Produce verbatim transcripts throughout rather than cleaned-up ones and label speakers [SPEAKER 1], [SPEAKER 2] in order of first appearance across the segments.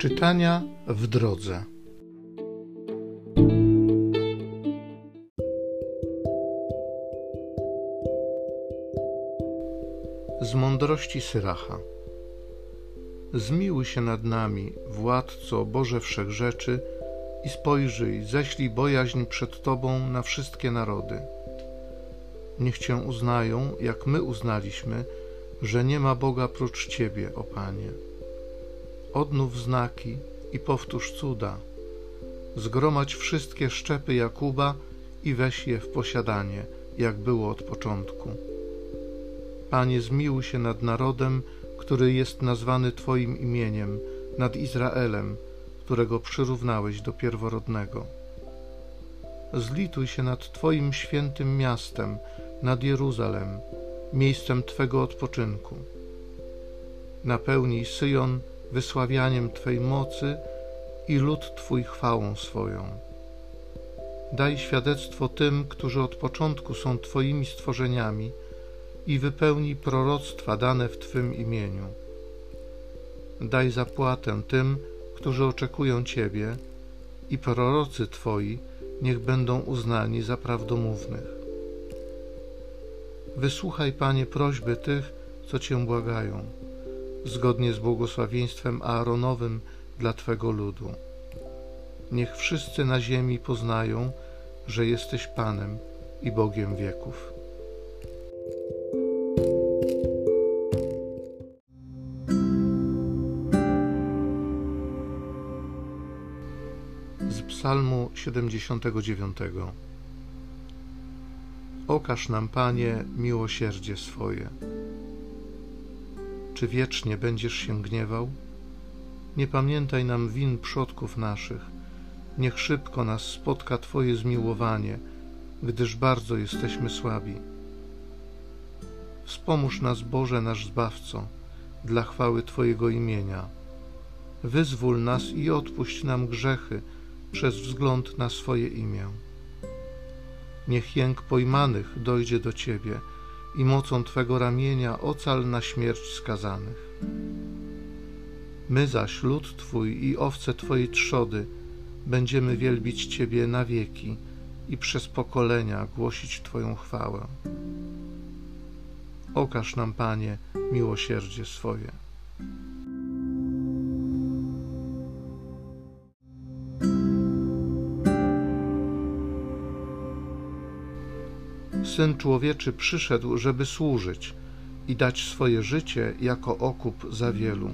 [SPEAKER 1] Czytania w drodze. Z mądrości Syracha. Zmiłuj się nad nami, Władco Boże Wszechrzeczy, i spojrzyj, ześlij bojaźń przed Tobą na wszystkie narody. Niech Cię uznają, jak my uznaliśmy, że nie ma Boga prócz Ciebie, o Panie. Odnów znaki i powtórz cuda. Zgromadź wszystkie szczepy Jakuba i weź je w posiadanie, jak było od początku. Panie, zmiłuj się nad narodem, który jest nazwany Twoim imieniem, nad Izraelem, którego przyrównałeś do pierworodnego. Zlituj się nad Twoim świętym miastem, nad Jeruzalem, miejscem Twego odpoczynku. Napełnij Syjon wysławianiem Twej mocy i lud Twój chwałą swoją. Daj świadectwo tym, którzy od początku są Twoimi stworzeniami, i wypełnij proroctwa dane w Twym imieniu. Daj zapłatę tym, którzy oczekują Ciebie, i prorocy Twoi niech będą uznani za prawdomównych. Wysłuchaj, Panie, prośby tych, co Cię błagają, zgodnie z błogosławieństwem Aaronowym dla Twego ludu. Niech wszyscy na ziemi poznają, że jesteś Panem i Bogiem wieków. Z Psalmu siedemdziesiątego dziewiątego. Okaż nam, Panie, miłosierdzie swoje. Czy wiecznie będziesz się gniewał? Nie pamiętaj nam win przodków naszych. Niech szybko nas spotka Twoje zmiłowanie, gdyż bardzo jesteśmy słabi. Wspomóż nas, Boże, nasz Zbawco, dla chwały Twojego imienia. Wyzwól nas i odpuść nam grzechy przez wzgląd na swoje imię. Niech jęk pojmanych dojdzie do Ciebie i mocą Twego ramienia ocal na śmierć skazanych. My zaś, lud Twój i owce Twojej trzody, będziemy wielbić Ciebie na wieki i przez pokolenia głosić Twoją chwałę. Okaż nam, Panie, miłosierdzie swoje. Syn Człowieczy przyszedł, żeby służyć i dać swoje życie jako okup za wielu.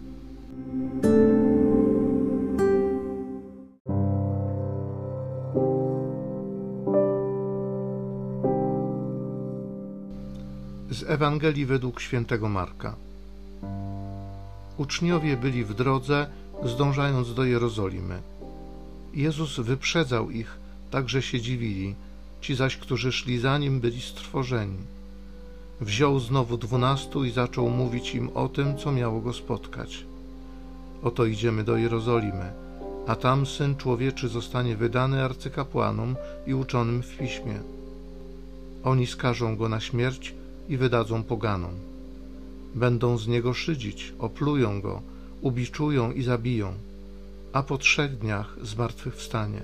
[SPEAKER 1] Z Ewangelii według świętego Marka. Uczniowie byli w drodze, zdążając do Jerozolimy. Jezus wyprzedzał ich, tak że się dziwili. Ci zaś, którzy szli za Nim, byli strwożeni. Wziął znowu dwunastu i zaczął mówić im o tym, co miało Go spotkać. Oto idziemy do Jerozolimy, a tam Syn Człowieczy zostanie wydany arcykapłanom i uczonym w piśmie. Oni skażą Go na śmierć i wydadzą poganom. Będą z Niego szydzić, oplują Go, ubiczują i zabiją, a po trzech dniach zmartwychwstanie.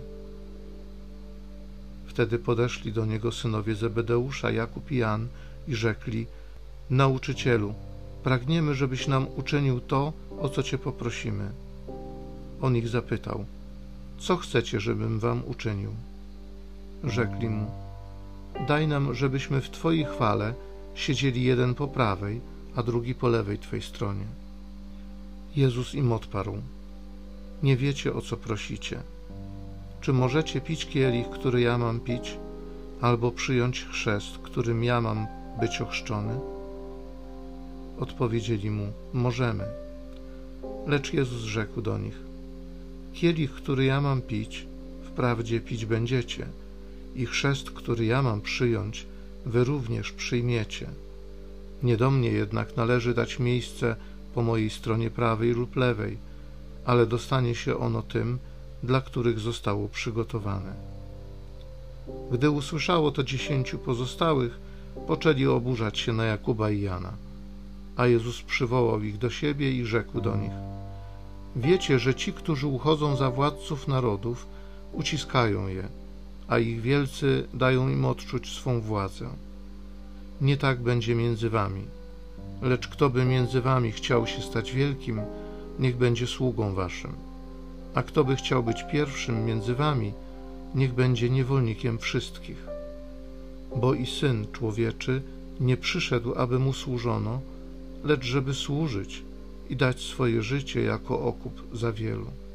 [SPEAKER 1] Wtedy podeszli do Niego synowie Zebedeusza, Jakub i Jan, i rzekli: Nauczycielu, pragniemy, żebyś nam uczynił to, o co Cię poprosimy. On ich zapytał: Co chcecie, żebym wam uczynił? Rzekli mu: Daj nam, żebyśmy w Twojej chwale siedzieli jeden po prawej, a drugi po lewej Twej stronie. Jezus im odparł: Nie wiecie, o co prosicie. Czy możecie pić kielich, który ja mam pić, albo przyjąć chrzest, którym ja mam być ochrzczony? Odpowiedzieli mu: Możemy. Lecz Jezus rzekł do nich: Kielich, który ja mam pić, wprawdzie pić będziecie, i chrzest, który ja mam przyjąć, wy również przyjmiecie. Nie do mnie jednak należy dać miejsce po mojej stronie prawej lub lewej, ale dostanie się ono tym, dla których zostało przygotowane. Gdy usłyszało to dziesięciu pozostałych, poczęli oburzać się na Jakuba i Jana. A Jezus przywołał ich do siebie i rzekł do nich: Wiecie, że ci, którzy uchodzą za władców narodów, uciskają je, a ich wielcy dają im odczuć swą władzę. Nie tak będzie między wami. Lecz kto by między wami chciał się stać wielkim, niech będzie sługą waszym. A kto by chciał być pierwszym między wami, niech będzie niewolnikiem wszystkich. Bo i Syn Człowieczy nie przyszedł, aby mu służono, lecz żeby służyć i dać swoje życie jako okup za wielu.